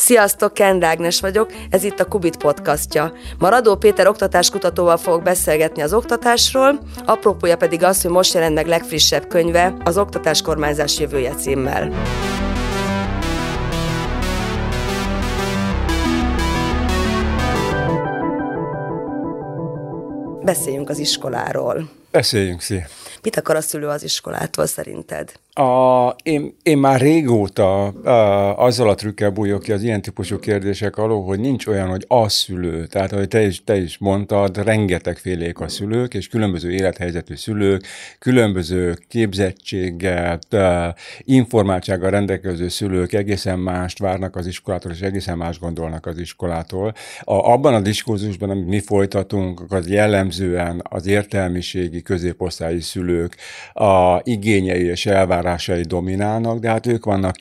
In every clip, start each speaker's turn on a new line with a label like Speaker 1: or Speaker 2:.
Speaker 1: Sziasztok, Kendre Ágnes vagyok, ez itt a Kubit podcastja. Ma Radó Péter oktatáskutatóval fogok beszélgetni az oktatásról, apropója pedig az, hogy most jelent meg legfrissebb könyve, az Oktatáskormányzás jövője címmel. Beszéljünk az iskoláról.
Speaker 2: Beszéljünk, szia!
Speaker 1: Mit akar a szülő az iskolától szerinted?
Speaker 2: Én már régóta azzal a trükkel bújok ki az ilyen típusú kérdések alól, hogy nincs olyan, hogy a szülő. Tehát, ahogy te is mondtad, rengetegfélék a szülők, és különböző élethelyzetű szülők, különböző képzettséggel, informáltsággal rendelkező szülők egészen mást várnak az iskolától, és egészen más gondolnak az iskolától. Abban a diskurzusban, amit mi folytatunk, az jellemzően az értelmiségi középosztályi szülők igényei és elvárásai dominálnak, de hát ők vannak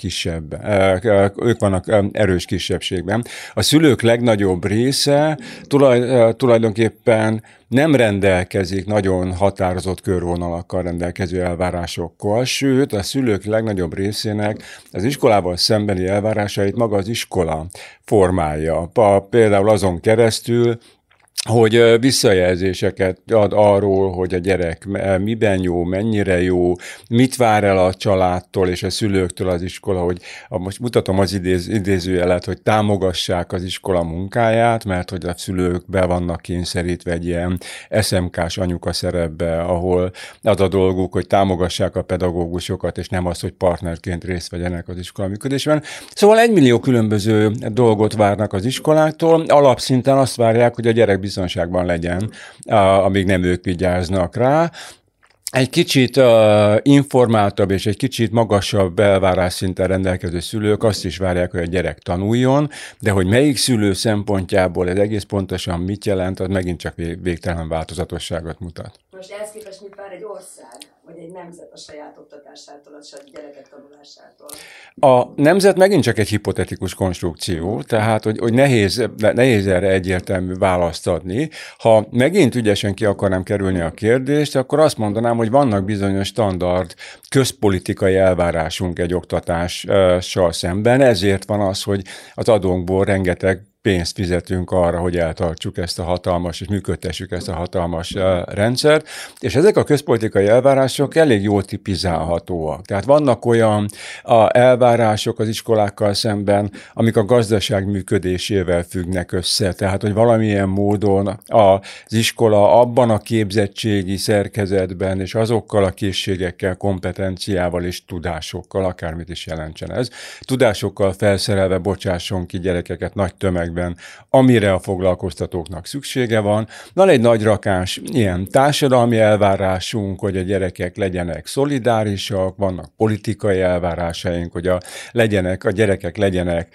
Speaker 2: ők vannak erős kisebbségben. A szülők legnagyobb része tulajdonképpen nem rendelkezik nagyon határozott körvonalakkal rendelkező elvárásokkal, sőt, a szülők legnagyobb részének az iskolával szembeni elvárásait maga az iskola formálja. Például azon keresztül, hogy visszajelzéseket ad arról, hogy a gyerek miben jó, mennyire jó, mit vár el a családtól és a szülőktől az iskola, hogy most mutatom az idézőjelet, hogy támogassák az iskola munkáját, mert hogy a szülők be vannak kényszerítve egy ilyen SMK-s anyuka szerepbe, ahol az a dolguk, hogy támogassák a pedagógusokat, és nem az, hogy partnerként részt vegyenek az iskola működésben. Szóval 1 millió különböző dolgot várnak az iskoláktól, alapszinten azt várják, hogy a gyerek biztonságban legyen, amíg nem ők vigyáznak rá. Egy kicsit informáltabb és egy kicsit magasabb elvárásszinten rendelkező szülők azt is várják, hogy a gyerek tanuljon, de hogy melyik szülő szempontjából ez egész pontosan mit jelent, az megint csak végtelen változatosságot mutat.
Speaker 1: Most ehhez képest mit vár egy ország, vagy egy nemzet a saját oktatásától, a saját gyerekek tanulásától?
Speaker 2: A nemzet megint csak egy hipotetikus konstrukció, tehát hogy nehéz erre egyértelmű választ adni. Ha megint ügyesen ki akarnám kerülni a kérdést, akkor azt mondanám, hogy vannak bizonyos standard közpolitikai elvárásunk egy oktatással szemben, ezért van az, hogy az adónkból rengeteg pénzt fizetünk arra, hogy eltartsuk ezt a hatalmas, és működtessük ezt a hatalmas rendszert, és ezek a közpolitikai elvárások elég jól tipizálhatóak. Tehát vannak olyan elvárások az iskolákkal szemben, amik a gazdaság működésével függnek össze, tehát hogy valamilyen módon az iskola abban a képzettségi szerkezetben, és azokkal a készségekkel, kompetenciával és tudásokkal, akármit is jelentsen ez, tudásokkal felszerelve bocsásson ki gyerekeket nagy tömegben, amire a foglalkoztatóknak szüksége van. Van egy nagy rakás ilyen társadalmi elvárásunk, hogy a gyerekek legyenek szolidárisak, vannak politikai elvárásaink, hogy a gyerekek legyenek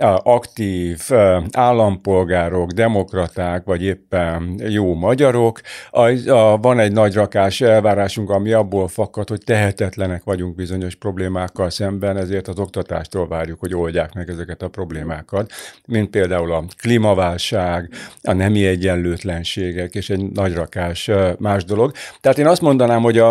Speaker 2: aktív állampolgárok, demokraták, vagy éppen jó magyarok. Van egy nagy rakás elvárásunk, ami abból fakad, hogy tehetetlenek vagyunk bizonyos problémákkal szemben, ezért az oktatástól várjuk, hogy oldják meg ezeket a problémákat, mint például a klímaválság, a nemi egyenlőtlenségek, és egy nagy rakás más dolog. Tehát én azt mondanám, hogy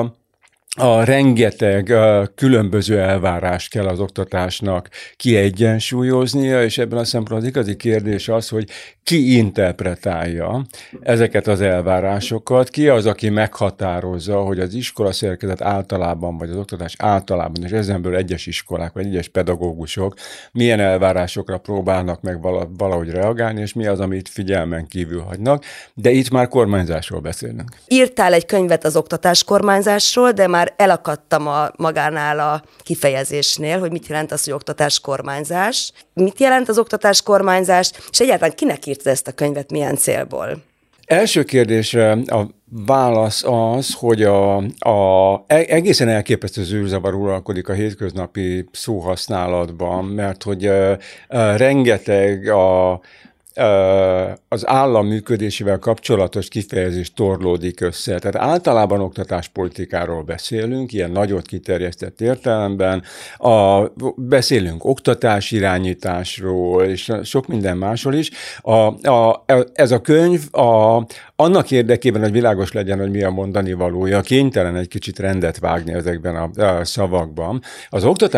Speaker 2: a rengeteg különböző elvárás kell az oktatásnak kiegyensúlyoznia, és ebben a szempontból az igazi kérdés az, hogy ki interpretálja ezeket az elvárásokat, ki az, aki meghatározza, hogy az iskola szerkezet általában, vagy az oktatás általában, és ezenből egyes iskolák, vagy egyes pedagógusok milyen elvárásokra próbálnak meg valahogy reagálni, és mi az, amit figyelmen kívül hagynak, de itt már kormányzásról beszélünk.
Speaker 1: Írtál egy könyvet az oktatáskormányzásról, de már elakadtam magánál a kifejezésnél, hogy mit jelent az, hogy oktatáskormányzás. Mit jelent az oktatáskormányzás, és egyáltalán kinek írtad ezt a könyvet, milyen célból?
Speaker 2: Első kérdésre a válasz az, hogy egészen elképesztő zűrzavar uralkodik a hétköznapi szóhasználatban, mert hogy rengeteg az állam működésével kapcsolatos kifejezés torlódik össze. Tehát általában oktatáspolitikáról beszélünk, ilyen nagyot kiterjesztett értelemben, beszélünk oktatásirányításról, és sok minden másról is. Ez a könyv annak érdekében, hogy világos legyen, hogy mi a mondani valója, kénytelen egy kicsit rendet vágni ezekben a szavakban. Az oktatás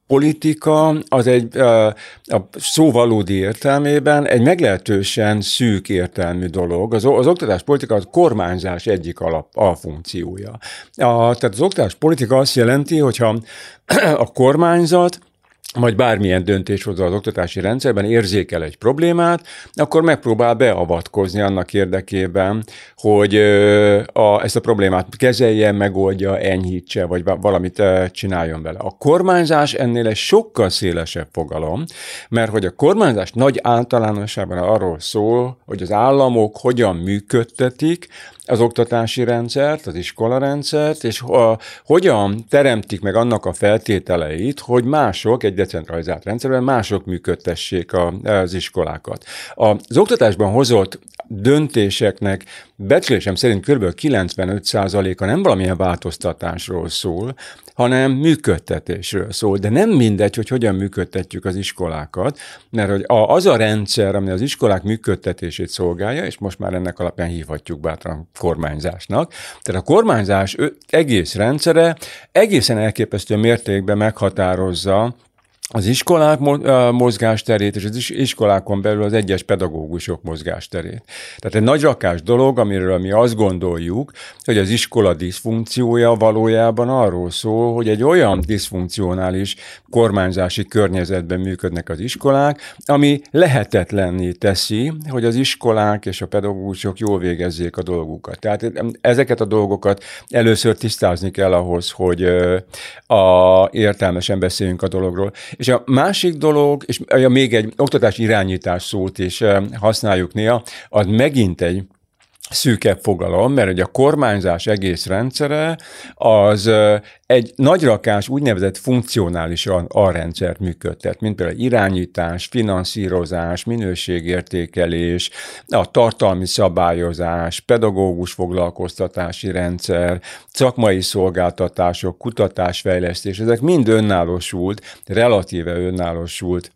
Speaker 2: politika az a szó valódi értelmében egy meglehetősen szűk értelmű dolog. Az oktatáspolitika a kormányzás egyik alfunkciója. Tehát az oktatáspolitika azt jelenti, hogyha a kormányzat vagy bármilyen döntéshozó az oktatási rendszerben érzékel egy problémát, akkor megpróbál beavatkozni annak érdekében, hogy ezt a problémát kezelje, megoldja, enyhítse, vagy valamit csináljon vele. A kormányzás ennél egy sokkal szélesebb fogalom, mert hogy a kormányzás nagy általánosságban arról szól, hogy az államok hogyan működtetik az oktatási rendszert, az iskolarendszert, és hogyan teremtik meg annak a feltételeit, hogy mások, egy decentralizált rendszerben mások működtessék az iskolákat. Az oktatásban hozott döntéseknek becslésem szerint kb. 95%-a nem valamilyen változtatásról szól, hanem működtetésről szól. De nem mindegy, hogy hogyan működtetjük az iskolákat, mert hogy az a rendszer, ami az iskolák működtetését szolgálja, és most már ennek alapján hívhatjuk bátran kormányzásnak. Tehát a kormányzás egész rendszere egészen elképesztő mértékben meghatározza az iskolák mozgásterét, és az iskolákon belül az egyes pedagógusok mozgásterét. Tehát egy nagy rakás dolog, amiről mi azt gondoljuk, hogy az iskola diszfunkciója valójában arról szól, hogy egy olyan diszfunkcionális kormányzási környezetben működnek az iskolák, ami lehetetlenné teszi, hogy az iskolák és a pedagógusok jól végezzék a dolgukat. Tehát ezeket a dolgokat először tisztázni kell ahhoz, hogy értelmesen beszéljünk a dologról. És a másik dolog, és még egy oktatási irányítás szót is használjuk néha, az megint egy szűkebb fogalom, mert hogy a kormányzás egész rendszere az egy nagyrakás úgynevezett funkcionális alrendszert működtet, mint például irányítás, finanszírozás, minőségértékelés, a tartalmi szabályozás, pedagógus foglalkoztatási rendszer, szakmai szolgáltatások, kutatásfejlesztés, ezek mind önállósult, relatíve önállósult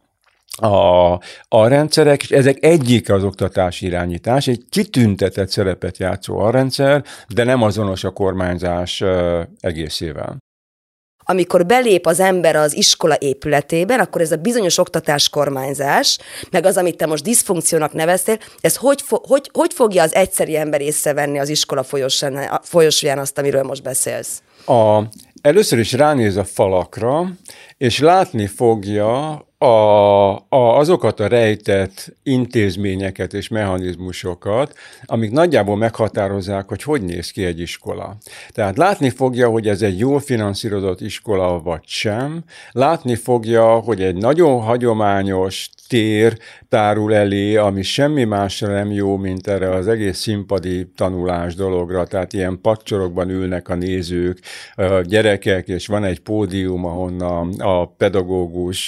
Speaker 2: a rendszerek, és ezek egyik az oktatási irányítás, egy kitüntetett szerepet játszó a rendszer, de nem azonos a kormányzás egészével.
Speaker 1: Amikor belép az ember az iskola épületében, akkor ez a bizonyos oktatáskormányzás, meg az, amit te most diszfunkciónak neveztél, ez hogy fogja az egyszeri ember észrevenni az iskola folyosóján azt, amiről most beszélsz?
Speaker 2: Először is ránéz a falakra, és látni fogja azokat a rejtett intézményeket és mechanizmusokat, amik nagyjából meghatározzák, hogy néz ki egy iskola. Tehát látni fogja, hogy ez egy jól finanszírozott iskola vagy sem, látni fogja, hogy egy nagyon hagyományos tér tárul elé, ami semmi másra nem jó, mint erre az egész színpadi tanulás dologra, tehát ilyen padsorokban ülnek a nézők, gyerekek, és van egy pódium, ahonnan a pedagógus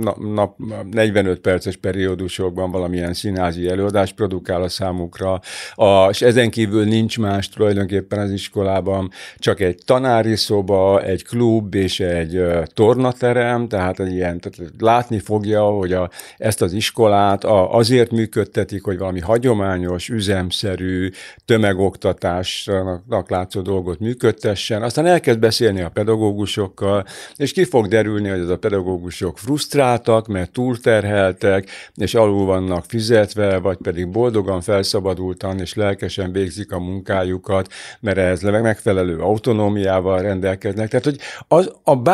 Speaker 2: 45 perces periódusokban valamilyen színházi előadást produkál a számukra, és ezen kívül nincs más tulajdonképpen az iskolában, csak egy tanári szoba, egy klub és egy tornaterem, tehát látni fogja, hogy ezt az iskolát azért működtetik, hogy valami hagyományos, üzemszerű, tömegoktatásnak látszó dolgot működtessen, aztán elkezd beszélni a pedagógusokkal, és ki fog derülni, hogy az a pedagógusok frusztráltak, mert túlterheltek, és alul vannak fizetve, vagy pedig boldogan, felszabadultan és lelkesen végzik a munkájukat, mert ez megfelelő autonómiával rendelkeznek. Tehát, hogy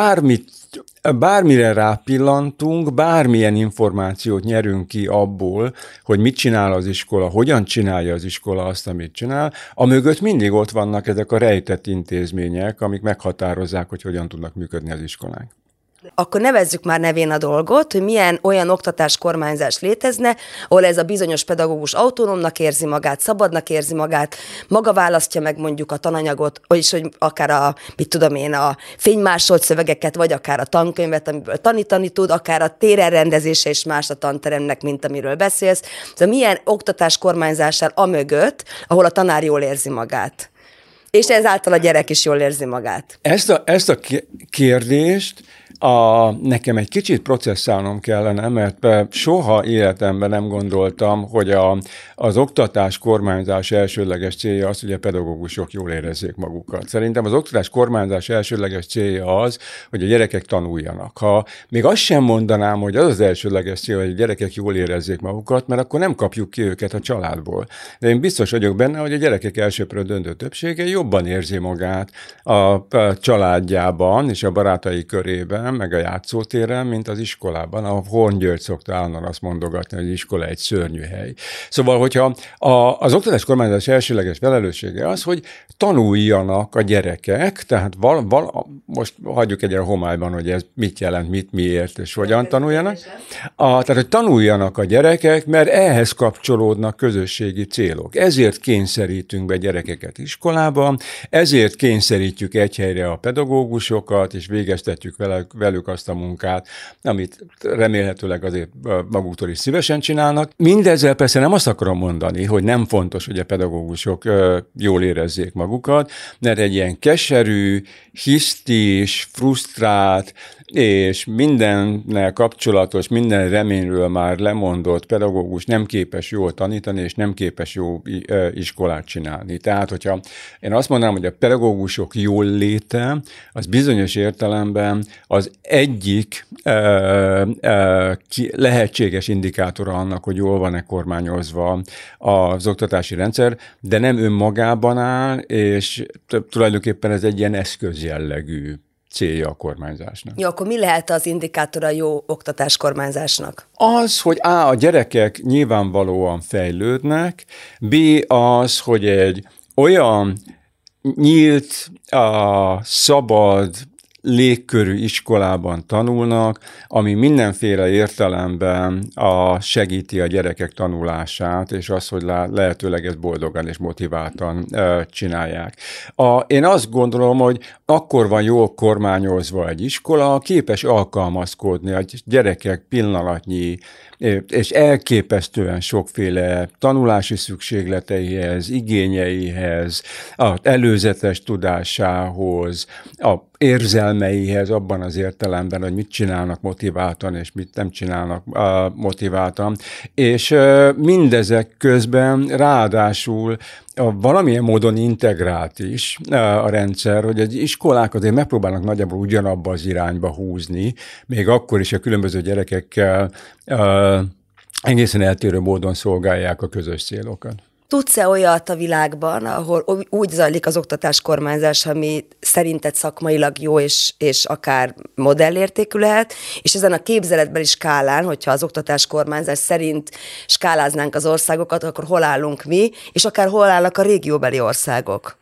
Speaker 2: bármire rápillantunk, bármilyen információt nyerünk ki abból, hogy mit csinál az iskola, hogyan csinálja az iskola azt, amit csinál, amögött mindig ott vannak ezek a rejtett intézmények, amik meghatározzák, hogy hogyan tudnak működni az iskolák.
Speaker 1: Akkor nevezzük már nevén a dolgot, hogy milyen olyan oktatáskormányzás létezne, ahol ez a bizonyos pedagógus autonómnak érzi magát, szabadnak érzi magát, maga választja meg mondjuk a tananyagot, vagyis hogy akár a fénymásolt szövegeket, vagy akár a tankönyvet, amiből tanítani tud, akár a térelrendezése és más a tanteremnek, mint amiről beszélsz. Szóval milyen oktatáskormányzással amögött, ahol a tanár jól érzi magát. És ezáltal a gyerek is jól érzi magát.
Speaker 2: Ezt a kérdést nekem egy kicsit processzálnom kellene, mert soha életemben nem gondoltam, hogy az oktatás kormányzás elsődleges célja az, hogy a pedagógusok jól érezzék magukat. Szerintem az oktatás kormányzás elsődleges célja az, hogy a gyerekek tanuljanak. Ha még azt sem mondanám, hogy az elsődleges cél, hogy a gyerekek jól érezzék magukat, mert akkor nem kapjuk ki őket a családból. De én biztos vagyok benne, hogy a gyerekek elsőprő döntő többsége jobban érzi magát a családjában és a barátai körében, meg a játszótéren, mint az iskolában. A Horn György szokta állandóan azt mondogatni, hogy az iskola egy szörnyű hely. Szóval, hogyha az oktatás kormányzás elsőleges felelőssége az, hogy tanuljanak a gyerekek, tehát most hagyjuk egyre a homályban, hogy ez mit jelent, miért és hogyan tanuljanak. Tehát, hogy tanuljanak a gyerekek, mert ehhez kapcsolódnak közösségi célok. Ezért kényszerítünk be gyerekeket iskolába, ezért kényszerítjük egy helyre a pedagógusokat, és végeztetjük velük azt a munkát, amit remélhetőleg azért maguktól is szívesen csinálnak. Mindezzel persze nem azt akarom mondani, hogy nem fontos, hogy a pedagógusok jól érezzék magukat, mert egy ilyen keserű, hisztis, frusztrált, és mindennel kapcsolatos, minden reményről már lemondott pedagógus nem képes jól tanítani, és nem képes jó iskolát csinálni. Tehát, hogyha én azt mondanám, hogy a pedagógusok jól léte, az bizonyos értelemben az egyik lehetséges indikátora annak, hogy jól van-e kormányozva az oktatási rendszer, de nem önmagában áll, és tulajdonképpen ez egy ilyen eszközjellegű célja a kormányzásnak.
Speaker 1: Jó, akkor mi lehet az indikátora jó oktatás kormányzásnak?
Speaker 2: Az, hogy A, a gyerekek nyilvánvalóan fejlődnek, B, az, hogy egy olyan nyílt, szabad, légkörű iskolában tanulnak, ami mindenféle értelemben segíti a gyerekek tanulását, és az, hogy lehetőleg ezt boldogan és motiváltan csinálják. Én azt gondolom, hogy akkor van jól kormányozva egy iskola, képes alkalmazkodni a gyerekek pillanatnyi és elképesztően sokféle tanulási szükségleteihez, igényeihez, az előzetes tudásához, a érzelmeihez abban az értelemben, hogy mit csinálnak motiváltan, és mit nem csinálnak motiváltan. És mindezek közben ráadásul valamilyen módon integrált is a rendszer, hogy az iskolák azért megpróbálnak nagyjából ugyanabba az irányba húzni, még akkor is a különböző gyerekekkel egészen eltérő módon szolgálják a közös célokat.
Speaker 1: Tudsz-e olyat a világban, ahol úgy zajlik az oktatás kormányzás, ami szerinted szakmailag jó és akár modellértékű lehet, és ezen a képzeletbeli skálán, hogyha az oktatás kormányzás szerint skáláznánk az országokat, akkor hol állunk mi, és akár hol állnak a régióbeli országok?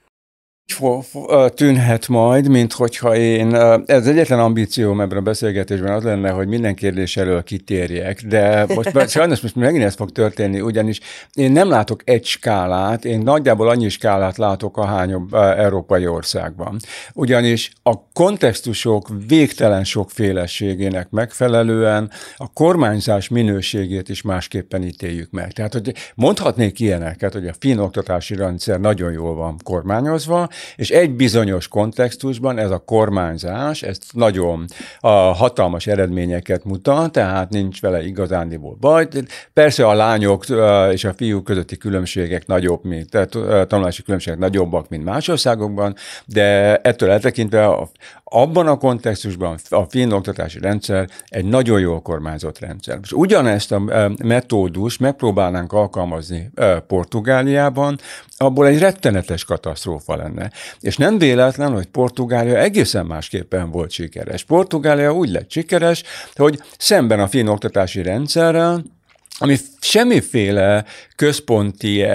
Speaker 2: Tűnhet majd, mint hogyha ez egyetlen ambícióm ebben a beszélgetésben az lenne, hogy minden kérdés elől kitérjek, de sajnos most megint ez fog történni, ugyanis én nem látok egy skálát, én nagyjából annyi skálát látok ahány európai országban. Ugyanis a kontextusok végtelen sokféleségének megfelelően a kormányzás minőségét is másképpen ítéljük meg. Tehát, hogy mondhatnék ilyeneket, hogy a finn oktatási rendszer nagyon jól van kormányozva, és egy bizonyos kontextusban ez a kormányzás, ez nagyon hatalmas eredményeket mutat, tehát nincs vele igazándiból baj. Persze a lányok és a fiúk közötti különbségek nagyobb, tanulási különbségek nagyobbak, mint más országokban, de ettől eltekintve abban a kontextusban a finn oktatási rendszer egy nagyon jól kormányzott rendszer. És ugyanezt a metódust megpróbálnánk alkalmazni Portugáliában, abból egy rettenetes katasztrófa lenne. És nem véletlen, hogy Portugália egészen másképpen volt sikeres. Portugália úgy lett sikeres, hogy szemben a finn oktatási rendszerrel, ami semmiféle központi,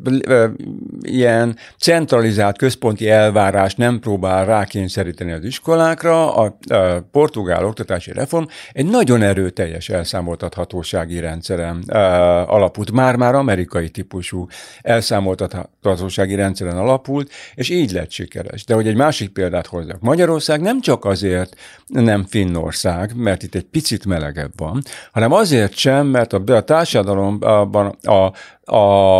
Speaker 2: ilyen centralizált központi elvárást nem próbál rákényszeríteni az iskolákra, a portugál oktatási reform egy nagyon erőteljes elszámoltathatósági rendszeren alapult, már amerikai típusú elszámoltathatósági rendszeren alapult, és így lett sikeres. De hogy egy másik példát hozzak, Magyarország nem csak azért nem Finnország, mert itt egy picit melegebb van, hanem azért sem, mert a társadalomban a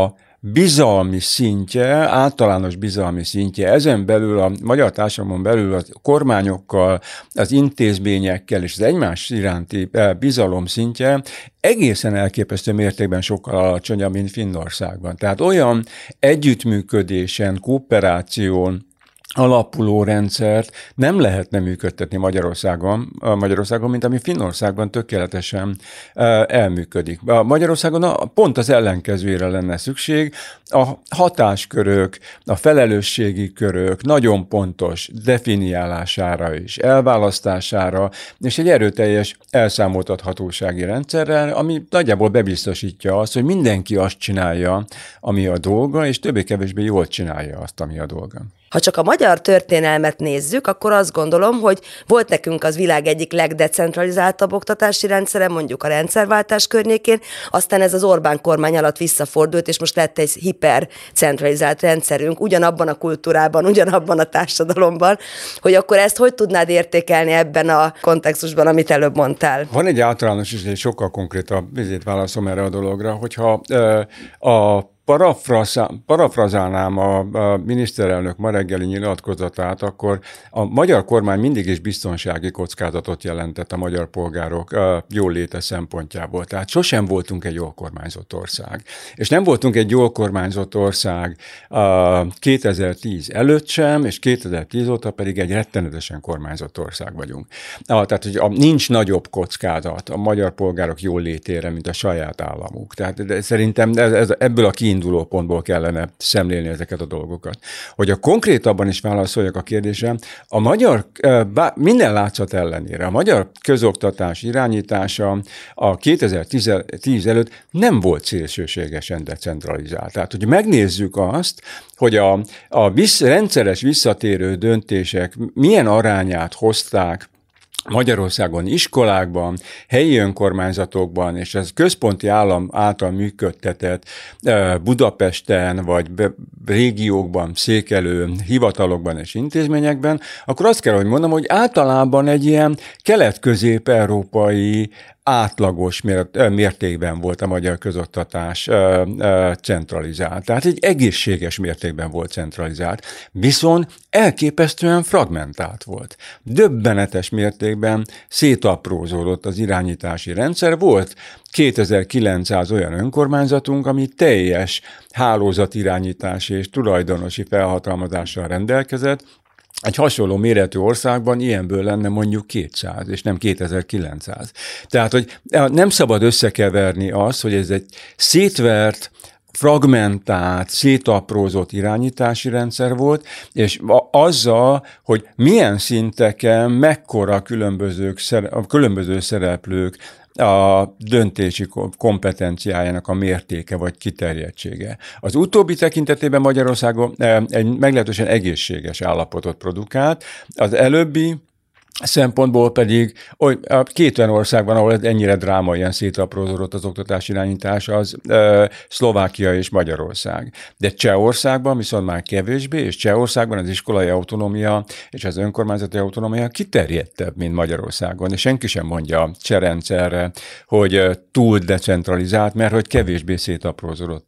Speaker 2: bizalmi szintje, általános bizalmi szintje, ezen belül a magyar társadalmon belül a kormányokkal, az intézményekkel és az egymás iránti bizalom szintje egészen elképesztő mértékben sokkal alacsonyabb, mint Finnországban. Tehát olyan együttműködésen, kooperáción alapuló rendszert nem lehetne működtetni Magyarországon, mint ami Finnországban tökéletesen elműködik. Magyarországon pont az ellenkezőjére lenne szükség. A hatáskörök, a felelősségi körök nagyon pontos definiálására és elválasztására, és egy erőteljes elszámoltathatósági rendszerrel, ami nagyjából bebiztosítja azt, hogy mindenki azt csinálja, ami a dolga, és többé-kevésbé jól csinálja azt, ami a dolga.
Speaker 1: Ha csak a magyar történelmet nézzük, akkor azt gondolom, hogy volt nekünk az világ egyik legdecentralizáltabb oktatási rendszere, mondjuk a rendszerváltás környékén, aztán ez az Orbán kormány alatt visszafordult, és most lett egy hipercentralizált rendszerünk, ugyanabban a kultúrában, ugyanabban a társadalomban, hogy akkor ezt hogy tudnád értékelni ebben a kontextusban, amit előbb mondtál?
Speaker 2: Van egy általános és egy sokkal konkrétabb válaszom erre a dologra, hogyha a parafrazálnám a miniszterelnök ma reggeli nyilatkozatát, akkor a magyar kormány mindig is biztonsági kockázatot jelentett a magyar polgárok jól léte szempontjából. Tehát sosem voltunk egy jól kormányzott ország. És nem voltunk egy jól kormányzott ország 2010 előtt sem, és 2010 óta pedig egy rettenetesen kormányzott ország vagyunk. Tehát, hogy nincs nagyobb kockázat a magyar polgárok jól létére, mint a saját államuk. Tehát szerintem ebből a kiinduló pontból kellene szemlélni ezeket a dolgokat. Hogy a konkrétabban is válaszoljak a kérdésre, a magyar, minden látszat ellenére, a magyar közoktatás irányítása a 2010 előtt nem volt szélsőségesen decentralizált. Tehát, hogy megnézzük azt, hogy a rendszeres visszatérő döntések milyen arányát hozták Magyarországon iskolákban, helyi önkormányzatokban és az központi állam által működtetett Budapesten vagy régiókban székelő hivatalokban és intézményekben, akkor azt kell, hogy mondom, hogy általában egy ilyen kelet-közép-európai átlagos mértékben volt a magyar közoktatás centralizált. Tehát egy egészséges mértékben volt centralizált, viszont elképesztően fragmentált volt. Döbbenetes mértékben szétaprózódott az irányítási rendszer. Volt 2900 olyan önkormányzatunk, ami teljes hálózatirányítási és tulajdonosi felhatalmazással rendelkezett. Egy hasonló méretű országban ilyenből lenne mondjuk 200, és nem 2900. Tehát, hogy nem szabad összekeverni azt, hogy ez egy szétvert, fragmentált, szétaprózott irányítási rendszer volt, és azzal, hogy milyen szinteken, mekkora különböző szereplők a döntési kompetenciájának a mértéke vagy kiterjedtsége. Az utóbbi tekintetében Magyarországon egy meglehetősen egészséges állapotot produkált, az előbbi szempontból pedig két olyan országban, ahol ennyire drámaian szétaprózódott az oktatás irányítás, az Szlovákia és Magyarország. De Csehországban viszont már kevésbé, és Csehországban az iskolai autonómia és az önkormányzati autonómia kiterjedtebb, mint Magyarországon. És senki sem mondja a cseh rendszerre, hogy túl decentralizált, mert hogy kevésbé szétaprózódott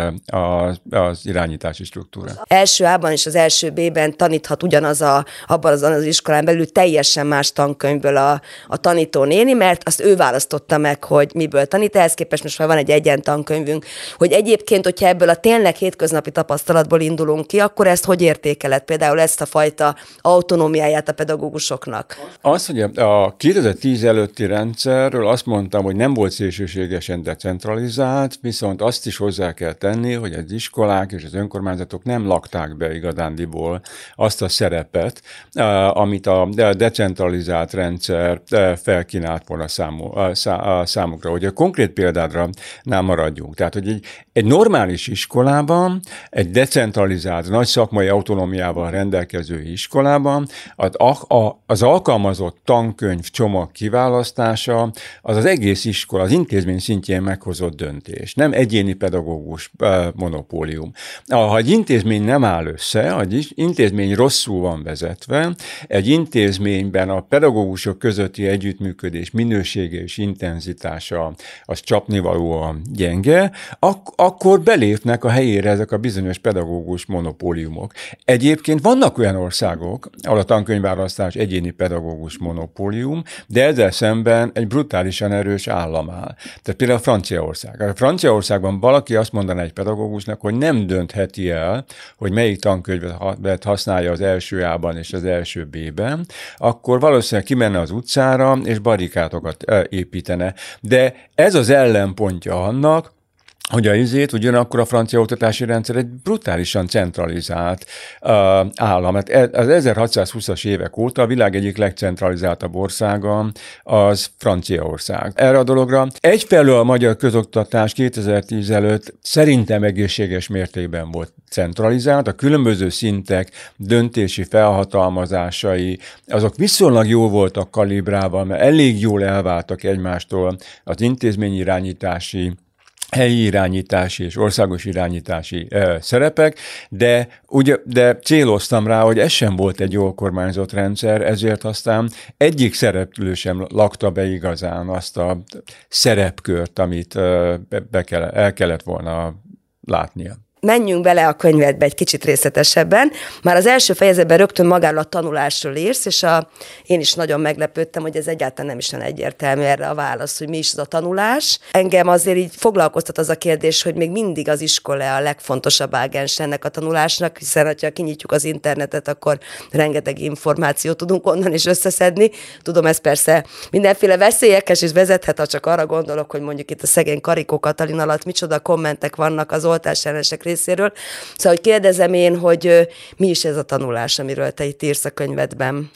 Speaker 2: az irányítási struktúra.
Speaker 1: Első A-ban és az első B-ben taníthat abban az iskolán belül teljesen más tankönyvből a tanító néni, mert azt ő választotta meg, hogy miből tanít, ehhez képest most már van egy egyen tankönyvünk, hogy egyébként, hogyha ebből a tényleg hétköznapi tapasztalatból indulunk ki, akkor ezt hogy értékeled például ezt a fajta autonómiáját a pedagógusoknak?
Speaker 2: Az, hogy a 2010 előtti rendszerről azt mondtam, hogy nem volt szélsőségesen decentralizált, viszont azt is hozzá kell tenni, hogy az iskolák és az önkormányzatok nem lakták be igazándiból azt a szerepet, amit a decentralizált rendszer felkínált volna számukra. Hogy a konkrét példádra nem maradjunk. Tehát, hogy egy normális iskolában, egy decentralizált, nagy szakmai autonómiával rendelkező iskolában az alkalmazott tankönyv csomag kiválasztása az egész iskola, az intézmény szintjén meghozott döntés. Nem egyéni pedagógus monopólium. Ha egy intézmény nem áll össze, egy intézmény rosszul van vezetve, egy intézményben amennyiben a pedagógusok közötti együttműködés minősége és intenzitása az csapnivalóan gyenge, akkor belépnek a helyére ezek a bizonyos pedagógus monopóliumok. Egyébként vannak olyan országok, ahol a tankönyvválasztás egyéni pedagógus monopólium, de ezzel szemben egy brutálisan erős állam áll. Tehát például Franciaország. A Franciaországban valaki azt mondaná egy pedagógusnak, hogy nem döntheti el, hogy melyik tankönyvet használja az első A-ban és az első B-ben, akkor valószínűleg kimenne az utcára, és barikátokat építene. De ez az ellenpontja annak, hogy ugyanakkor a francia oktatási rendszer egy brutálisan centralizált állam. Az 1620-as évek óta a világ egyik legcentralizáltabb országa az Franciaország. Erre a dologra egyfelől a magyar közoktatás 2010 előtt szerintem egészséges mértékben volt centralizált, a különböző szintek döntési felhatalmazásai, azok viszonylag jól voltak kalibrálva, mert elég jól elváltak egymástól az intézményirányítási, helyi irányítási és országos irányítási szerepek, de céloztam rá, hogy ez sem volt egy jól kormányzott rendszer, ezért aztán egyik szereplő sem lakta be igazán azt a szerepkört, amit el kellett volna látnia.
Speaker 1: Menjünk bele a könyvedbe egy kicsit részletesebben. Már az első fejezetben rögtön magáról a tanulásról írsz, és én is nagyon meglepődtem, hogy ez egyáltalán nem is olyan egyértelmű erre a válasz, hogy mi is az a tanulás. Engem azért így foglalkoztat az a kérdés, hogy még mindig az iskola a legfontosabb ágens ennek a tanulásnak, hiszen ha kinyitjuk az internetet, akkor rengeteg információt tudunk onnan is összeszedni. Tudom, ez persze mindenféle veszélyekes is vezethet, ha csak arra gondolok, hogy mondjuk itt a szegény Karikó Katalin alatt micsoda kommentek vannak az oltás ellenesek részéről. Szóval, hogy kérdezem én, hogy mi is ez a tanulás, amiről te itt írsz a könyvedben?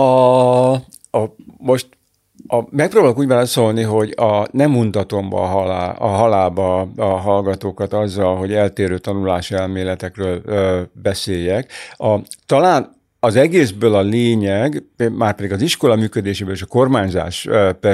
Speaker 2: Most megpróbálok úgy válaszolni, hogy nem untatom a halálba a hallgatókat azzal, hogy eltérő tanulási elméletekről beszéljek. Talán az egészből a lényeg, már pedig az iskola működéséből és a kormányzás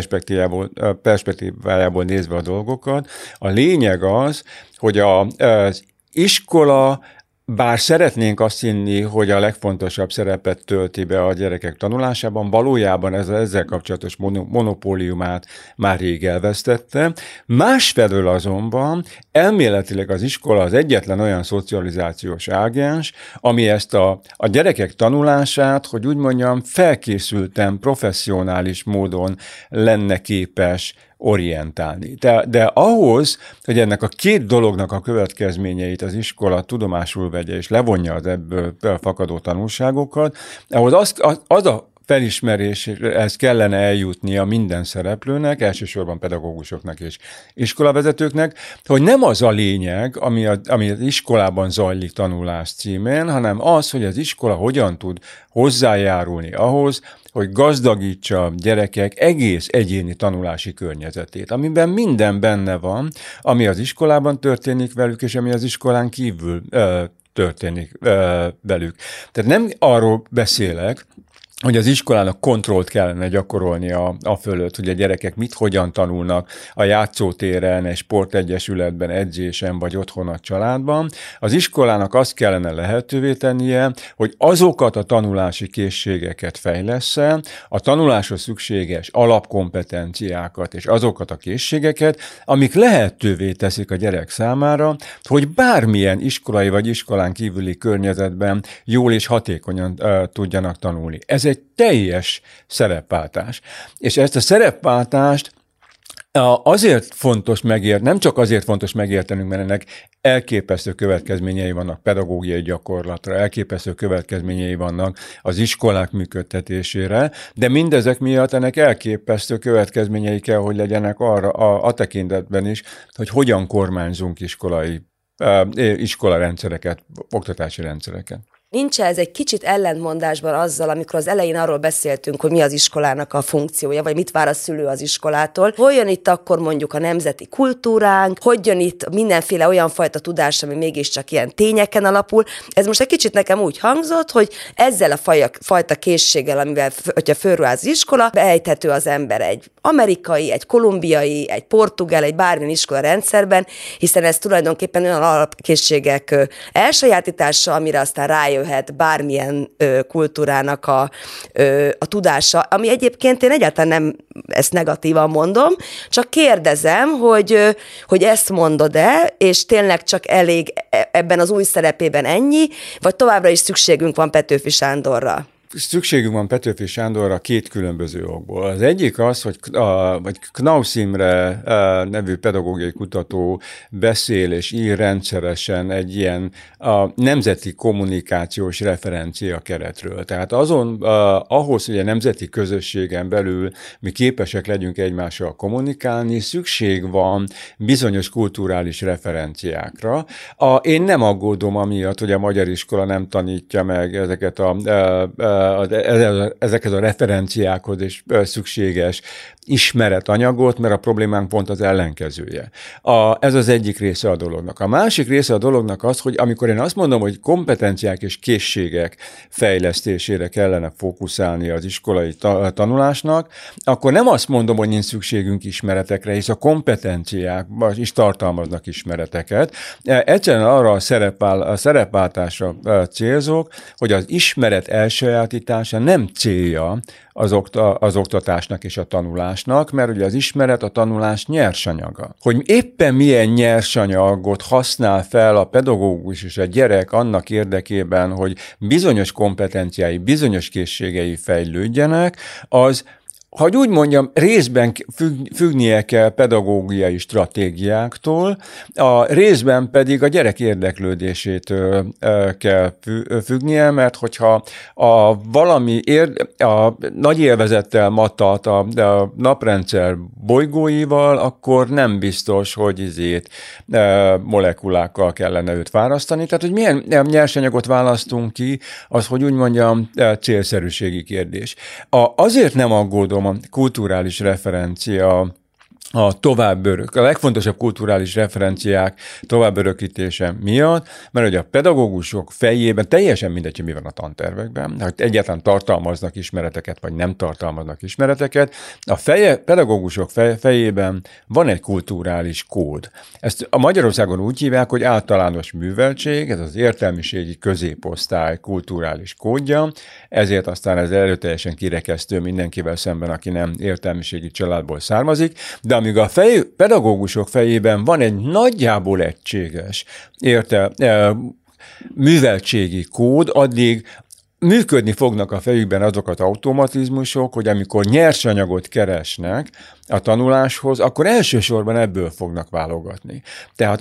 Speaker 2: perspektívájából nézve a dolgokat, a lényeg az, hogy az iskola, bár szeretnénk azt hinni, hogy a legfontosabb szerepet tölti be a gyerekek tanulásában, valójában ezzel kapcsolatos monopóliumát már rég elvesztette. Másfelől azonban elméletileg az iskola az egyetlen olyan szocializációs ágens, ami ezt a gyerekek tanulását, hogy úgy mondjam, felkészülten, professzionális módon lenne képes orientálni. De ahhoz, hogy ennek a két dolognak a következményeit az iskola tudomásul vegye és levonja az ebből fakadó tanulságokat, ahhoz az a felismeréshez kellene eljutnia minden szereplőnek, elsősorban pedagógusoknak és iskolavezetőknek, hogy nem az a lényeg, ami az iskolában zajlik tanulás címén, hanem az, hogy az iskola hogyan tud hozzájárulni ahhoz, hogy gazdagítsa a gyerekek egész egyéni tanulási környezetét, amiben minden benne van, ami az iskolában történik velük, és ami az iskolán kívül történik velük. Tehát nem arról beszélek, hogy az iskolának kontrollt kellene gyakorolni a fölött, hogy a gyerekek hogyan tanulnak a játszótéren, egy sportegyesületben, edzésen, vagy otthon a családban. Az iskolának azt kellene lehetővé tennie, hogy azokat a tanulási készségeket fejlessze, a tanuláshoz szükséges alapkompetenciákat és azokat a készségeket, amik lehetővé teszik a gyerek számára, hogy bármilyen iskolai vagy iskolán kívüli környezetben jól és hatékonyan tudjanak tanulni. Ez egy teljes szerepváltás. És ezt a szerepváltást azért fontos megérteni, nem csak azért fontos megértenünk, mert ennek elképesztő következményei vannak pedagógiai gyakorlatra, elképesztő következményei vannak az iskolák működtetésére, de mindezek miatt ennek elképesztő következményei kell, hogy legyenek arra a tekintetben is, hogy hogyan kormányzunk iskolarendszereket, oktatási rendszereket.
Speaker 1: Nincs ez egy kicsit ellentmondásban azzal, amikor az elején arról beszéltünk, hogy mi az iskolának a funkciója, vagy mit vár a szülő az iskolától? Hogy jön itt akkor mondjuk a nemzeti kultúránk, hogy jön itt mindenféle olyan fajta tudás, ami mégiscsak ilyen tényeken alapul? Ez most egy kicsit nekem úgy hangzott, hogy ezzel a fajta készséggel, amivel, hogyha fölruház az iskola, beejthető az ember egy amerikai, egy kolumbiai, egy portugál, egy bármilyen iskola rendszerben, hiszen ez tulajdonképpen olyan alapkészségek elsajátítása, amire aztán rájön jöhet bármilyen kultúrának a tudása, ami egyébként én egyáltalán nem ezt negatívan mondom, csak kérdezem, hogy ezt mondod-e, és tényleg csak elég ebben az új szerepében ennyi, vagy továbbra is szükségünk van Petőfi Sándorra?
Speaker 2: Szükségünk van Petőfi Sándorra két különböző okból. Az egyik az, hogy vagy Knausz Imre nevű pedagógiai kutató beszél és ír rendszeresen egy ilyen nemzeti kommunikációs referencia keretről. Tehát ahhoz, hogy a nemzeti közösségen belül mi képesek legyünk egymással kommunikálni, szükség van bizonyos kulturális referenciákra. Én nem aggódom amiatt, hogy a magyar iskola nem tanítja meg ezekhez a referenciákhoz is szükséges ismeretanyagot, mert a problémánk pont az ellenkezője. Ez az egyik része a dolognak. A másik része a dolognak az, hogy amikor én azt mondom, hogy kompetenciák és készségek fejlesztésére kellene fókuszálni az iskolai tanulásnak, akkor nem azt mondom, hogy nincs szükségünk ismeretekre, hisz a kompetenciák is tartalmaznak ismereteket. Egyszerűen arra a szerepváltásra célzok, hogy az ismeret elsajátítása nem célja az oktatásnak és a tanulásnak, mert ugye az ismeret a tanulás nyersanyaga. Hogy éppen milyen nyersanyagot használ fel a pedagógus és a gyerek annak érdekében, hogy bizonyos kompetenciái, bizonyos készségei fejlődjenek, az, hogy úgy mondjam, részben függnie kell pedagógiai stratégiáktól, a részben pedig a gyerek érdeklődésétől kell függnie, mert hogyha a nagy élvezettel mattat a naprendszer bolygóival, akkor nem biztos, hogy molekulákkal kellene őt választani. Tehát, hogy milyen nyersanyagot választunk ki, az, hogy úgy mondjam, célszerűségi kérdés. Azért nem aggódom a kulturális referencia a legfontosabb kulturális referenciák továbbörökítése miatt, mert hogy a pedagógusok fejében teljesen mindegy, hogy mi van a tantervekben, hogy egyáltalán tartalmaznak ismereteket, vagy nem tartalmaznak ismereteket. Pedagógusok fejében van egy kulturális kód. Ezt a Magyarországon úgy hívják, hogy általános műveltség, ez az értelmiségi középosztály kulturális kódja, ezért aztán ez erőteljesen kirekesztő mindenkivel szemben, aki nem értelmiségi családból származik, de amíg a pedagógusok fejében van egy nagyjából egységes műveltségi kód, addig működni fognak a fejükben azok az automatizmusok, hogy amikor nyersanyagot keresnek a tanuláshoz, akkor elsősorban ebből fognak válogatni. Tehát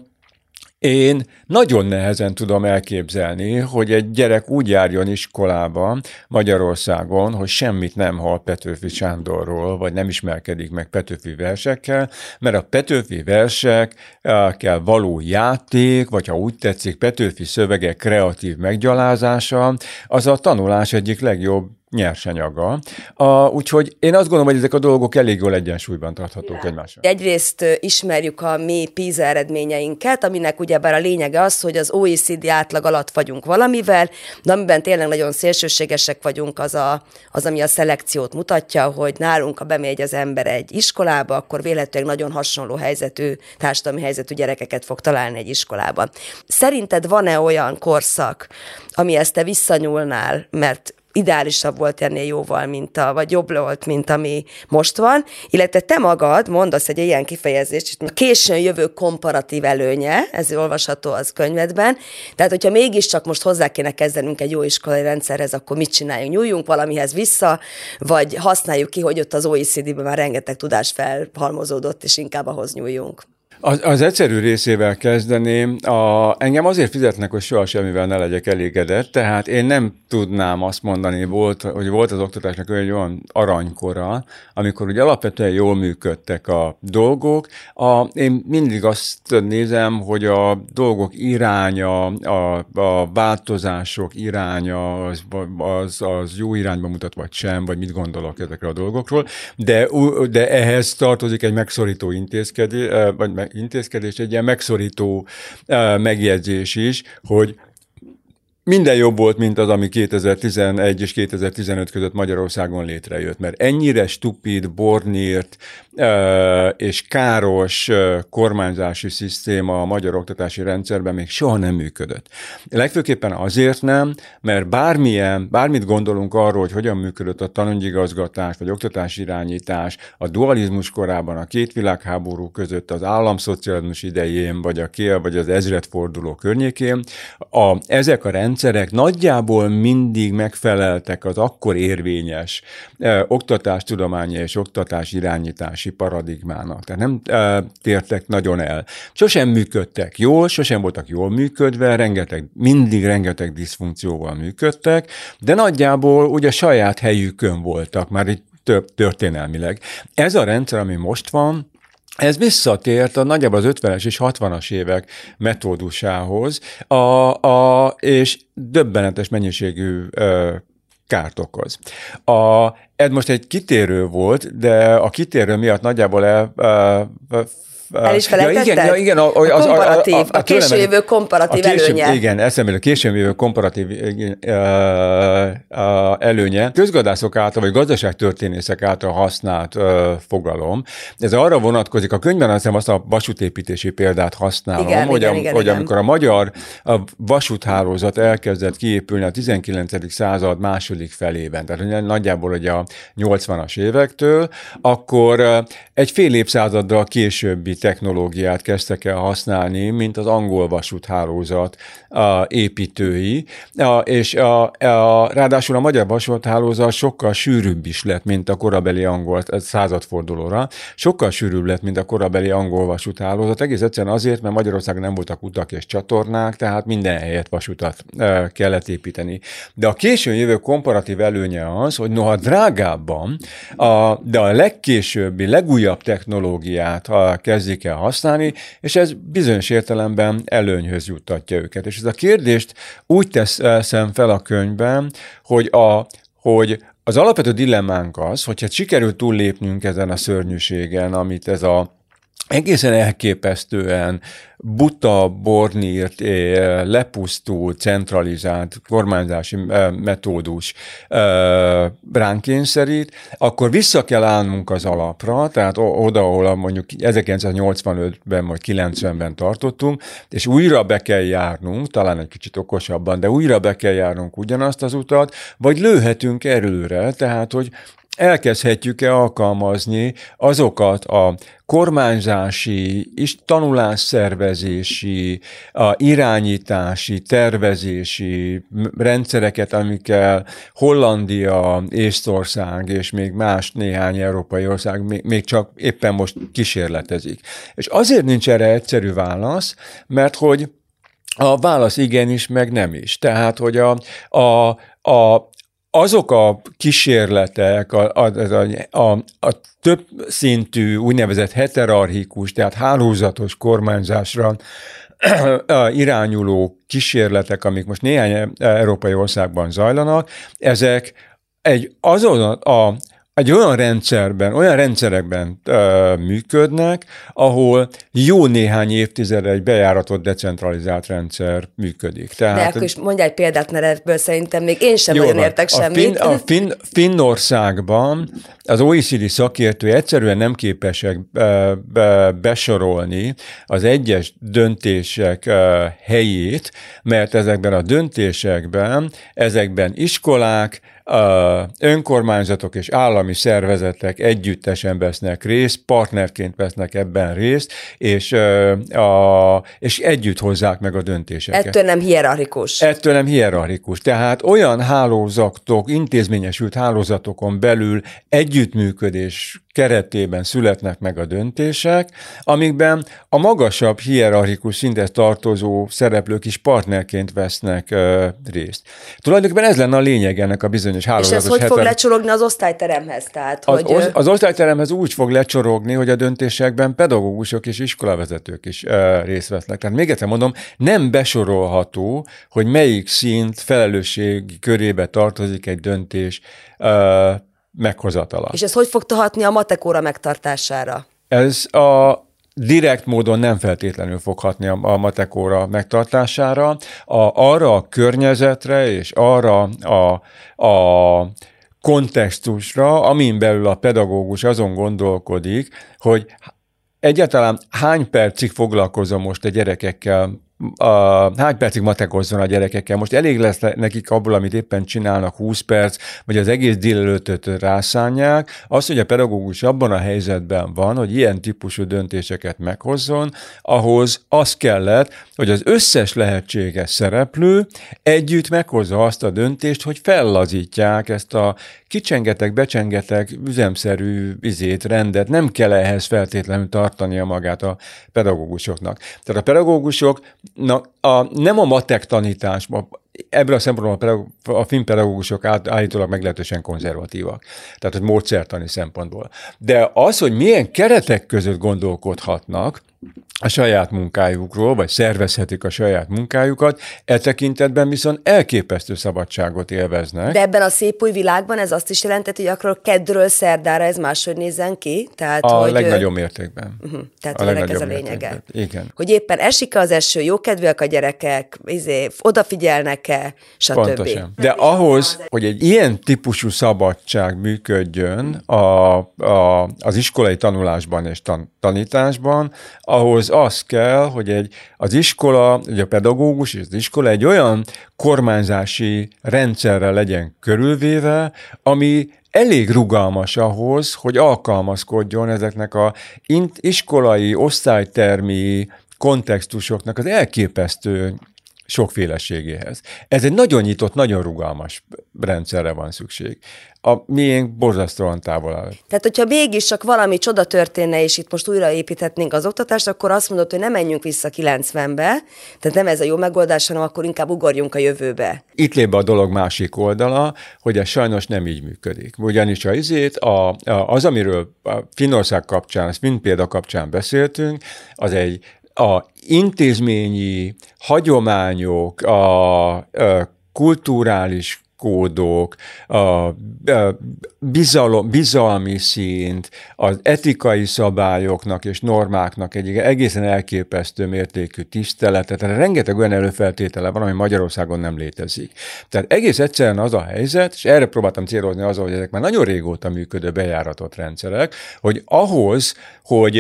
Speaker 2: én nagyon nehezen tudom elképzelni, hogy egy gyerek úgy járjon iskolába Magyarországon, hogy semmit nem hall Petőfi Sándorról, vagy nem ismerkedik meg Petőfi versekkel, mert a Petőfi versekkel való játék, vagy ha úgy tetszik, Petőfi szövegek kreatív meggyalázása, az a tanulás egyik legjobb nyersanyaga. Úgyhogy én azt gondolom, hogy ezek a dolgok elég jól egyensúlyban tarthatók egymással.
Speaker 1: Egyrészt ismerjük a mi PISA eredményeinket, aminek ugyebár a lényege az, hogy az OECD átlag alatt vagyunk valamivel, de amiben tényleg nagyon szélsőségesek vagyunk, az ami a szelekciót mutatja, hogy nálunk, ha bemegy az ember egy iskolába, akkor véletlenül nagyon hasonló társadalmi helyzetű gyerekeket fog találni egy iskolában. Szerinted van-e olyan korszak, amihez te visszanyúlnál, mert ideálisabb volt ennél jóval, vagy jobb volt, mint ami most van, illetve te magad mondasz egy ilyen kifejezést, a későn jövő komparatív előnye, ez olvasható az könyvedben, tehát hogyha mégiscsak most hozzá kéne kezdenünk egy jó iskolai rendszerhez, akkor mit csináljunk? Nyúljunk valamihez vissza, vagy használjuk ki, hogy ott az OECD-ben már rengeteg tudás felhalmozódott, és inkább ahhoz nyúljunk.
Speaker 2: Az egyszerű részével kezdeném. Engem azért fizetnek, hogy soha semmivel ne legyek elégedett, tehát én nem tudnám azt mondani, hogy volt az oktatásnak egy olyan aranykora, amikor ugye alapvetően jól működtek a dolgok. Én mindig azt nézem, hogy a dolgok iránya, a változások iránya az jó irányba mutat, vagy sem, vagy mit gondolok ezekre a dolgokról, de ehhez tartozik egy megszorító intézkedés, egy ilyen megszorító megjegyzés is, hogy minden jobb volt, mint az, ami 2011 és 2015 között Magyarországon létrejött, mert ennyire stupid, bornírt, és káros kormányzási szisztéma a magyar oktatási rendszerben még soha nem működött. Legfőképpen azért nem, mert bármit gondolunk arról, hogy hogyan működött a tanügyigazgatás, vagy oktatási irányítás a dualizmus korában, a két világháború között, az államszocializmus idején, vagy az ezredforduló környékén, ezek a rendszerek nagyjából mindig megfeleltek az akkor érvényes oktatástudományi és oktatás irányítási paradigmának. Tehát nem tértek nagyon el. Sosem működtek jól, sosem voltak jól működve, mindig rengeteg diszfunkcióval működtek, de nagyjából ugye saját helyükön voltak, már így történelmileg. Ez a rendszer, ami most van, ez visszatért nagyjából az 50-es és 60-as évek metódusához, és döbbenetes mennyiségű kárt okoz. Ez most egy kitérő volt, de a kitérő miatt nagyjából
Speaker 1: el is felejtetted?
Speaker 2: Igen,
Speaker 1: a későjövő komparatív előnye.
Speaker 2: Igen, eszembe a későjövő komparatív előnye. Közgazdászok által, vagy gazdaságtörténészek által használt fogalom. Ez arra vonatkozik, a könyvben azt a vasútépítési példát használom, hogy amikor a magyar vasúthálózat elkezdett kiépülni a 19. század második felében, tehát nagyjából ugye a 80-as évektől, akkor egy fél évszázaddal későbbi technológiát kezdtek el használni, mint az angol vasúthálózat építői, és ráadásul a magyar vasúthálózat sokkal sűrűbb is lett, mint a korabeli angol századfordulóra, sokkal sűrűbb lett, mint a korabeli angol vasúthálózat, egész egyszerűen azért, mert Magyarországon nem voltak utak és csatornák, tehát minden helyet vasutat kellett építeni. De a későn jövő komparatív előnye az, hogy noha drágábban, de a legkésőbbi, legújabb technológiát kezdik el használni, és ez bizonyos értelemben előnyhöz juttatja őket. És ez a kérdést úgy teszem fel a könyvben, hogy az alapvető dilemmánk az, hogyha sikerül túllépnünk ezen a szörnyűségen, amit ez a egészen elképesztően buta, bornírt, lepusztult, centralizált kormányzási metódus ránk kényszerít, akkor vissza kell állnunk az alapra, tehát oda, ahol mondjuk 1985-ben vagy 90-ben tartottunk, és újra be kell járnunk, talán egy kicsit okosabban, de újra be kell járnunk ugyanazt az utat, vagy lőhetünk előre, tehát hogy elkezdhetjük-e alkalmazni azokat a kormányzási, tanulásszervezési, irányítási, tervezési rendszereket, amikkel Hollandia, Észtország és még más néhány európai ország még csak éppen most kísérletezik. És azért nincs erre egyszerű válasz, mert hogy a válasz igenis, meg nem is. Tehát, hogy azok a kísérletek, a több szintű, úgynevezett heterarchikus, tehát hálózatos kormányzásra irányuló kísérletek, amik most néhány európai országban zajlanak, ezek egy olyan rendszerekben működnek, ahol jó néhány évtizedre egy bejáratott, decentralizált rendszer működik. Tehát,
Speaker 1: de akkor is mondj egy példát, mert ebből szerintem még én sem nagyon értek semmit.
Speaker 2: Finnországban az OECD szakértői egyszerűen nem képesek besorolni az egyes döntések helyét, mert ezekben a döntésekben, iskolák, önkormányzatok és állami szervezetek együttesen vesznek részt, partnerként vesznek ebben részt, és együtt hozzák meg a döntéseket.
Speaker 1: Ettől nem hierarchikus.
Speaker 2: Tehát olyan hálózatok, intézményesült hálózatokon belül együttműködés keretében születnek meg a döntések, amikben a magasabb hierarchikus szinthez tartozó szereplők is partnerként vesznek részt. Tulajdonképpen ez lenne a lényeg ennek a bizonyos hálózatos...
Speaker 1: És ez hogy fog lecsorogni az osztályteremhez? Tehát,
Speaker 2: az osztályteremhez úgy fog lecsorogni, hogy a döntésekben pedagógusok és iskolavezetők is részt vesznek. Tehát még egyszer mondom, nem besorolható, hogy melyik szint felelősségi körébe tartozik egy döntés meghozatala.
Speaker 1: És ez hogy fog hatni a matek óra megtartására?
Speaker 2: Ez direkt módon nem feltétlenül fog hatni a matek óra megtartására. Arra a környezetre és arra a kontextusra, amin belül a pedagógus azon gondolkodik, hogy egyáltalán hány percig foglalkozom most a gyerekekkel, hány percig matekozzon a gyerekekkel. Most elég lesz nekik abból, amit éppen csinálnak 20 perc, vagy az egész délelőttöt rászánják. Az, hogy a pedagógus abban a helyzetben van, hogy ilyen típusú döntéseket meghozzon, ahhoz az kellett, hogy az összes lehetséges szereplő együtt meghozza azt a döntést, hogy fellazítják ezt a kicsengetek, becsengetek, üzemszerű rendet, nem kell ehhez feltétlenül tartania magát a pedagógusoknak. Tehát a pedagógusok nem a matek tanításban, ebből a szempontból a filmpedagógusok állítólag meglehetősen konzervatívak, tehát hogy módszertani szempontból. De az, hogy milyen keretek között gondolkodhatnak a saját munkájukról, vagy szervezhetik a saját munkájukat, e tekintetben viszont elképesztő szabadságot élveznek.
Speaker 1: De ebben a szép új világban ez azt is jelentett, hogy akkor keddről szerdára ez máshogy nézzen ki? Tehát,
Speaker 2: a legnagyobb mértékben.
Speaker 1: Tehát ennek ez a lényege.
Speaker 2: Igen.
Speaker 1: Hogy éppen esik az eső, jókedvűek a gyerekek, odafigyelnek-e, stb.
Speaker 2: Pontosan. De ahhoz, hogy egy ilyen típusú szabadság működjön az iskolai tanulásban és tanításban, ahhoz az kell, hogy az iskola, a pedagógus és az iskola egy olyan kormányzási rendszerrel legyen körülvéve, ami elég rugalmas ahhoz, hogy alkalmazkodjon ezeknek az iskolai, osztálytermi kontextusoknak az elképesztő sokféleségéhez. Ez egy nagyon nyitott, nagyon rugalmas rendszerre van szükség. A miénk borzasztóan távol áll.
Speaker 1: Tehát, hogyha mégis csak valami csoda történne, és itt most újraépíthetnénk az oktatást, akkor azt mondod, hogy nem menjünk vissza 90-be, tehát nem ez a jó megoldás, hanem akkor inkább ugorjunk a jövőbe.
Speaker 2: Itt lép be a dolog másik oldala, hogy ez sajnos nem így működik. Ugyanis az, amiről a Finnország kapcsán, a finn példa kapcsán beszéltünk, az a intézményi hagyományok, a kulturális kódok, a bizalmi szint, az etikai szabályoknak és normáknak egy egészen elképesztő mértékű tisztelete, tehát rengeteg olyan előfeltétele van, ami Magyarországon nem létezik. Tehát egész egyszerűen az a helyzet, és erre próbáltam célozni azzal, hogy ezek már nagyon régóta működő bejáratott rendszerek, hogy ahhoz, hogy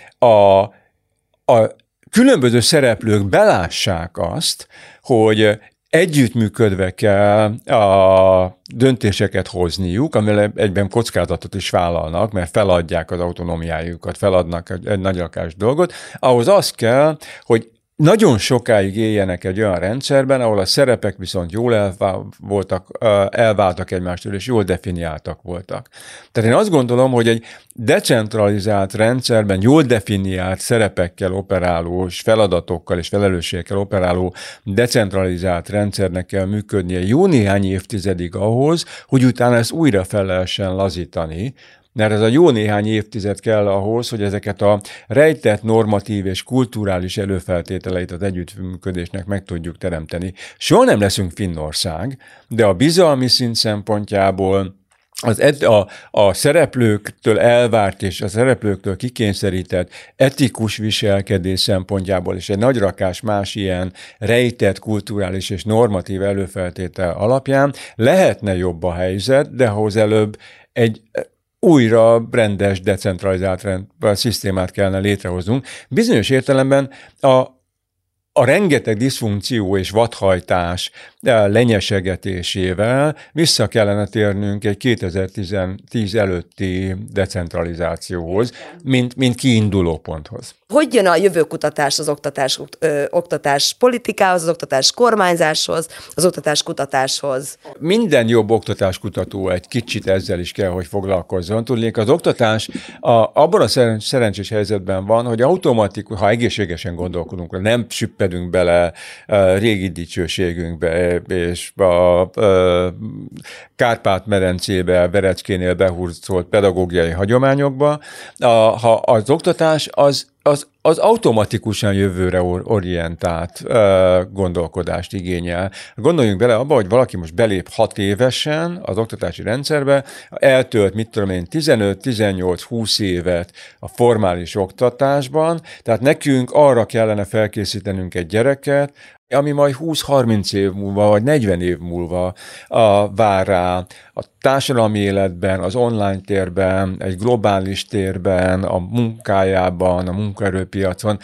Speaker 2: a különböző szereplők belássák azt, hogy együttműködve kell a döntéseket hozniuk, amivel egyben kockázatot is vállalnak, mert feladják az autonómiájukat, feladnak egy nagyrakás dolgot, ahhoz az kell, hogy nagyon sokáig éljenek egy olyan rendszerben, ahol a szerepek viszont jól elváltak egymástól, és jól definiáltak voltak. Tehát én azt gondolom, hogy egy decentralizált rendszerben jól definiált szerepekkel operáló, és feladatokkal és felelősségekkel operáló decentralizált rendszernek kell működnie jó néhány évtizedig ahhoz, hogy utána ezt újra fel lehessen lazítani, mert ez a jó néhány évtized kell ahhoz, hogy ezeket a rejtett normatív és kulturális előfeltételeit az együttműködésnek meg tudjuk teremteni. Soha nem leszünk Finnország, de a bizalmi szint szempontjából a szereplőktől elvárt és a szereplőktől kikényszerített etikus viselkedés szempontjából és egy nagyrakás más ilyen rejtett kulturális és normatív előfeltétel alapján lehetne jobb a helyzet, de ahhoz előbb egy újra rendes, decentralizált szisztémát kellene létrehoznunk. Bizonyos értelemben a rengeteg diszfunkció és vadhajtás lenyesegetésével vissza kellene térnünk egy 2010 előtti decentralizációhoz, mint kiinduló ponthoz.
Speaker 1: Hogy jön a jövőkutatás az oktatás politikához, az oktatás kormányzáshoz, az oktatás kutatáshoz?
Speaker 2: Minden jobb oktatáskutató egy kicsit ezzel is kell, hogy foglalkozzon. Tudnék, az oktatás abban a szerencsés helyzetben van, hogy automatikus, ha egészségesen gondolkodunk, nem süppedünk bele régi dicsőségünkbe, és a Kárpát-medencébe, Verecskénél behurcolt pedagógiai hagyományokba. Ha az oktatás az az automatikusan jövőre orientált gondolkodást igényel. Gondoljunk bele abba, hogy valaki most belép 6 évesen az oktatási rendszerbe, eltölt, 15, 18, 20 évet a formális oktatásban, tehát nekünk arra kellene felkészítenünk egy gyereket, ami majd 20-30 év múlva, vagy 40 év múlva vár rá a társadalmi életben, az online térben, egy globális térben, a munkájában, a munkaerőpiacon.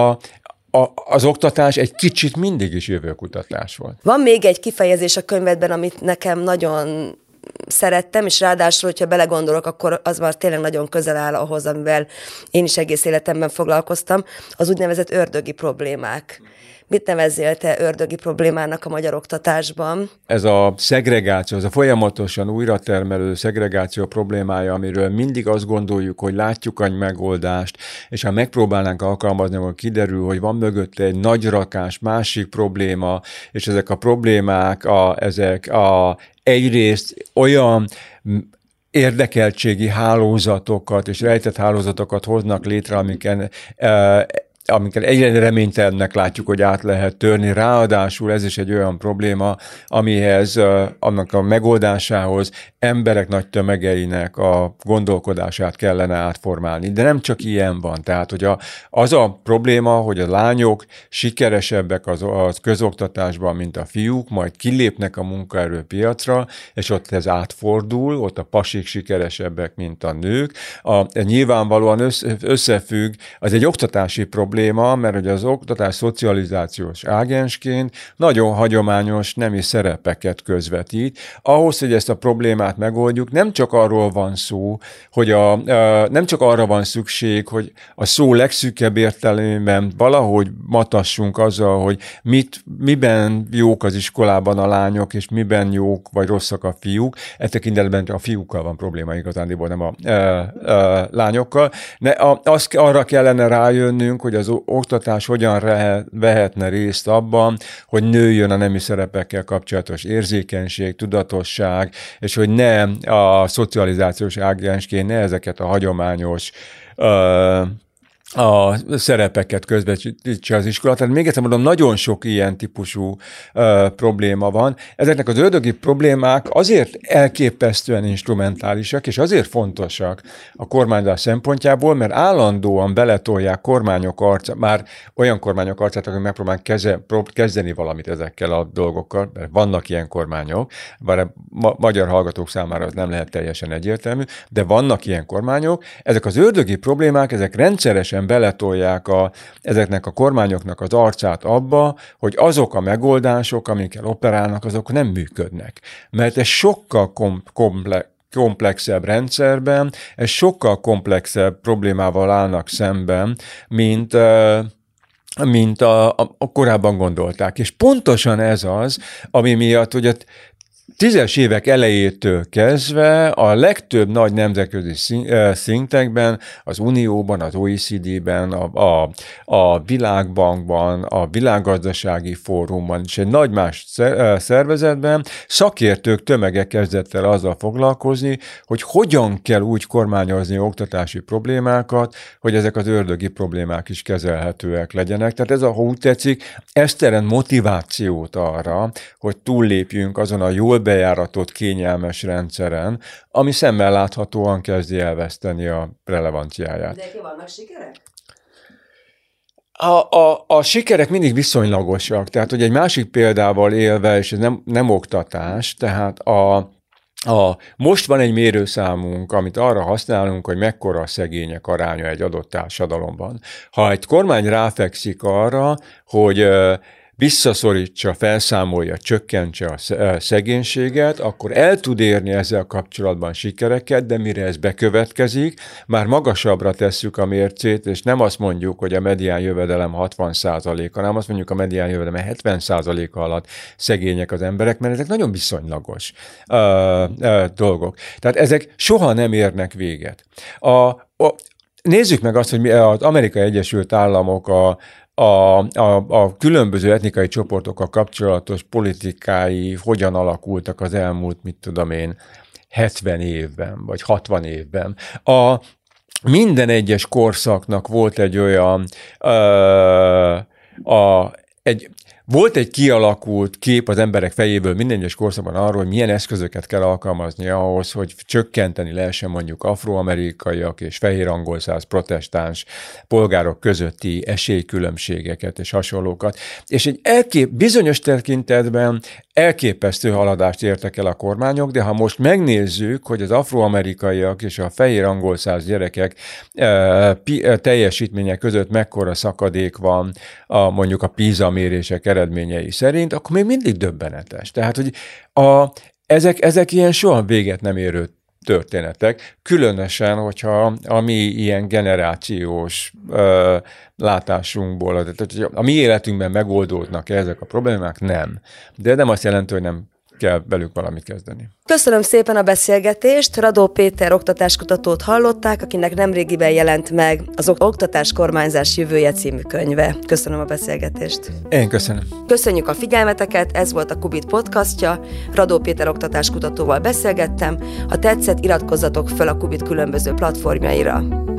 Speaker 2: Az oktatás egy kicsit mindig is jövőkutatás volt.
Speaker 1: Van még egy kifejezés a könyvedben, amit nekem nagyon szerettem, és ráadásul, hogyha belegondolok, akkor az már tényleg nagyon közel áll ahhoz, amivel én is egész életemben foglalkoztam, az úgynevezett ördögi problémák. Mit nevezzél te ördögi problémának a magyar oktatásban?
Speaker 2: Ez a szegregáció, ez a folyamatosan újratermelő szegregáció problémája, amiről mindig azt gondoljuk, hogy látjuk a megoldást, és ha megpróbálnánk alkalmazni, akkor kiderül, hogy van mögötte egy nagy rakás másik probléma, és ezek a problémák, egyrészt olyan érdekeltségi hálózatokat és rejtett hálózatokat hoznak létre, amiket egyre reménytelennek látjuk, hogy át lehet törni. Ráadásul ez is egy olyan probléma, amihez, annak a megoldásához emberek nagy tömegeinek a gondolkodását kellene átformálni. De nem csak ilyen van. Tehát, hogy az a probléma, hogy a lányok sikeresebbek az közoktatásban, mint a fiúk, majd kilépnek a munkaerőpiacra, és ott ez átfordul, ott a pasik sikeresebbek, mint a nők. Nyilvánvalóan összefügg, az egy oktatási probléma, mert hogy az oktatás szocializációs ágensként nagyon hagyományos nemi szerepeket közvetít. Ahhoz, hogy ezt a problémát megoldjuk, nem csak arról van szó, hogy nem csak arra van szükség, hogy a szó legszűkebb értelemben valahogy matassunk azzal, hogy miben jók az iskolában a lányok, és miben jók vagy rosszak a fiúk. E tekintetben a fiúkkal van probléma igazándiból, nem a lányokkal. Arra kellene rájönnünk, hogy az oktatás hogyan vehetne részt abban, hogy nőjön a nemi szerepekkel kapcsolatos érzékenység, tudatosság, és hogy ne a szocializációs ágensként ne ezeket a hagyományos a szerepeket közvetítse az iskola. Tehát még egyszer mondom, nagyon sok ilyen típusú probléma van. Ezeknek az ördögi problémák azért elképesztően instrumentálisak, és azért fontosak a kormányzás szempontjából, mert állandóan beletolják kormányok arcát, már olyan kormányok arcát, akik megpróbálnak kezdeni valamit ezekkel a dolgokkal, mert vannak ilyen kormányok, bár a magyar hallgatók számára az nem lehet teljesen egyértelmű, de vannak ilyen kormányok. Ezek az ördögi problémák, ezek rendszeresen beletolják ezeknek a kormányoknak az arcát abba, hogy azok a megoldások, amikkel operálnak, azok nem működnek. Mert ez sokkal komplexebb rendszerben, ez sokkal komplexebb problémával állnak szemben, mint a korábban gondolták. És pontosan ez az, ami miatt, hogy 10-es évek elejétől kezdve a legtöbb nagy nemzetközi szintekben, az Unióban, az OECD-ben, a Világbankban, a Világgazdasági Fórumban és egy nagy más szervezetben szakértők tömege kezdett el azzal foglalkozni, hogy hogyan kell úgy kormányozni oktatási problémákat, hogy ezek az ördögi problémák is kezelhetőek legyenek. Tehát ez, ha úgy tetszik, ez teremt motivációt arra, hogy túllépjünk azon a jól bejáratott, kényelmes rendszeren, ami szemmel láthatóan kezdi elveszteni a relevanciáját.
Speaker 1: De vannak sikerek?
Speaker 2: A sikerek mindig viszonylagosak, tehát hogy egy másik példával élve, és ez nem oktatás, tehát most van egy mérőszámunk, amit arra használunk, hogy mekkora a szegények aránya egy adott társadalomban. Ha egy kormány ráfekszik arra, hogy visszaszorítsa, felszámolja, csökkentse a szegénységet, akkor el tud érni ezzel kapcsolatban sikereket, de mire ez bekövetkezik, már magasabbra tesszük a mércét, és nem azt mondjuk, hogy a medián jövedelem 60%-a, hanem azt mondjuk, a medián jövedelem 70%-a alatt szegények az emberek, mert ezek nagyon viszonylagos dolgok. Tehát ezek soha nem érnek véget. Nézzük meg azt, hogy az Amerikai Egyesült Államok a különböző etnikai csoportokkal kapcsolatos politikái hogyan alakultak az elmúlt, 70 évben, vagy 60 évben. minden egyes korszaknak volt egy olyan volt egy kialakult kép az emberek fejéből minden egyes korszakban arról, hogy milyen eszközöket kell alkalmazni ahhoz, hogy csökkenteni lehessen mondjuk afroamerikaiak és fehér angolszász protestáns polgárok közötti esélykülönbségeket és hasonlókat. És egy bizonyos tekintetben elképesztő haladást értek el a kormányok, de ha most megnézzük, hogy az afroamerikaiak és a fehér angolszász gyerekek teljesítmények között mekkora szakadék van mondjuk a PISA mérések eredményei szerint, akkor még mindig döbbenetes. Tehát, hogy ezek ilyen soha véget nem érő történetek, különösen, hogyha a mi ilyen generációs látásunkból, tehát a mi életünkben megoldódnak ezek a problémák, nem. De nem azt jelenti, hogy nem kell velük valamit kezdeni.
Speaker 1: Köszönöm szépen a beszélgetést. Radó Péter oktatáskutatót hallották, akinek nemrégiben jelent meg az Oktatás kormányzás jövője című könyve. Köszönöm a beszélgetést.
Speaker 2: Én köszönöm.
Speaker 1: Köszönjük a figyelmeteket, ez volt a Kubit podcastja. Radó Péter oktatáskutatóval beszélgettem. Ha tetszett, iratkozzatok fel a Kubit különböző platformjaira.